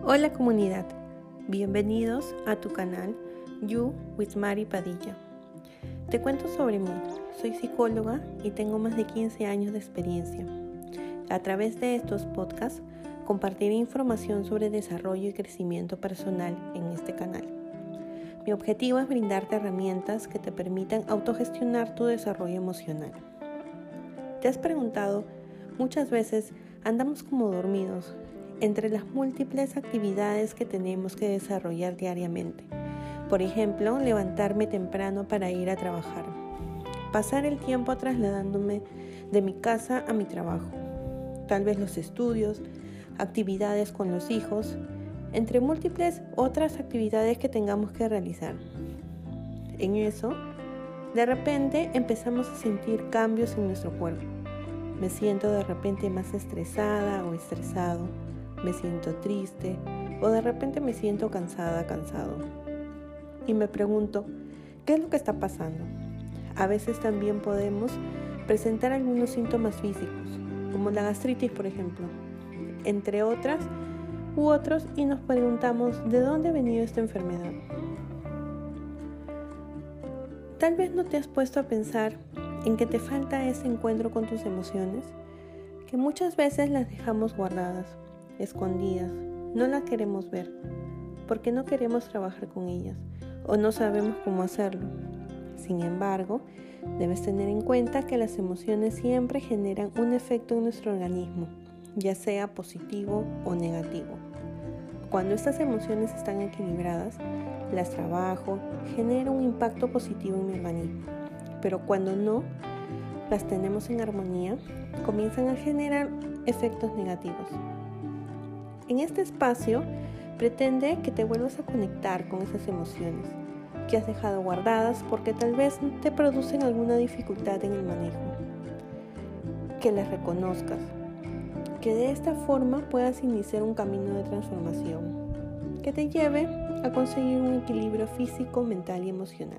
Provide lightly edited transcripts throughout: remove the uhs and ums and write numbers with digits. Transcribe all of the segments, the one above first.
Hola comunidad, bienvenidos a tu canal You with Mari Padilla. Te cuento sobre mí, soy psicóloga y tengo más de 15 años de experiencia. A través de estos podcasts compartiré información sobre desarrollo y crecimiento personal en este canal. Mi objetivo es brindarte herramientas que te permitan autogestionar tu desarrollo emocional. ¿Te has preguntado? Muchas veces andamos como dormidos entre las múltiples actividades que tenemos que desarrollar diariamente. Por ejemplo, levantarme temprano para ir a trabajar, pasar el tiempo trasladándome de mi casa a mi trabajo, tal vez los estudios, actividades con los hijos, entre múltiples otras actividades que tengamos que realizar. En eso, de repente empezamos a sentir cambios en nuestro cuerpo. Me siento de repente más estresada o estresado, me siento triste o de repente me siento cansado. Y me pregunto, ¿qué es lo que está pasando? A veces también podemos presentar algunos síntomas físicos, como la gastritis, por ejemplo, entre otros, y nos preguntamos, ¿de dónde ha venido esta enfermedad? Tal vez no te has puesto a pensar en que te falta ese encuentro con tus emociones, que muchas veces las dejamos guardadas, escondidas, no las queremos ver, porque no queremos trabajar con ellas o no sabemos cómo hacerlo. Sin embargo, debes tener en cuenta que las emociones siempre generan un efecto en nuestro organismo, ya sea positivo o negativo. Cuando estas emociones están equilibradas, las trabajo, genera un impacto positivo en mi organismo. Pero cuando no las tenemos en armonía, comienzan a generar efectos negativos. En este espacio, pretende que te vuelvas a conectar con esas emociones que has dejado guardadas porque tal vez te producen alguna dificultad en el manejo. Que las reconozcas, que de esta forma puedas iniciar un camino de transformación que te lleve a conseguir un equilibrio físico, mental y emocional.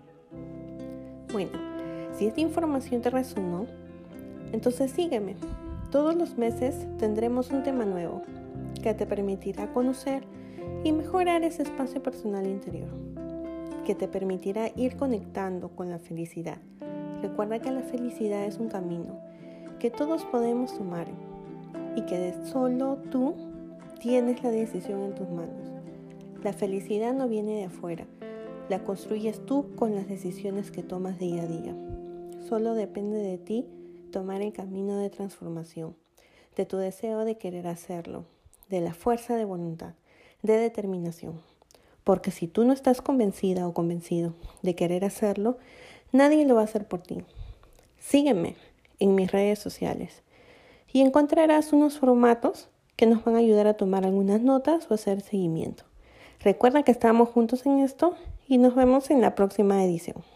Bueno, si esta información te resonó, entonces sígueme. Todos los meses tendremos un tema nuevo que te permitirá conocer y mejorar ese espacio personal interior, que te permitirá ir conectando con la felicidad. Recuerda que la felicidad es un camino que todos podemos tomar y que solo tú tienes la decisión en tus manos. La felicidad no viene de afuera, la construyes tú con las decisiones que tomas día a día. Solo depende de ti tomar el camino de transformación, de tu deseo de querer hacerlo, de la fuerza de voluntad, de determinación. Porque si tú no estás convencida o convencido de querer hacerlo, nadie lo va a hacer por ti. Sígueme en mis redes sociales y encontrarás unos formatos que nos van a ayudar a tomar algunas notas o hacer seguimiento. Recuerda que estamos juntos en esto y nos vemos en la próxima edición.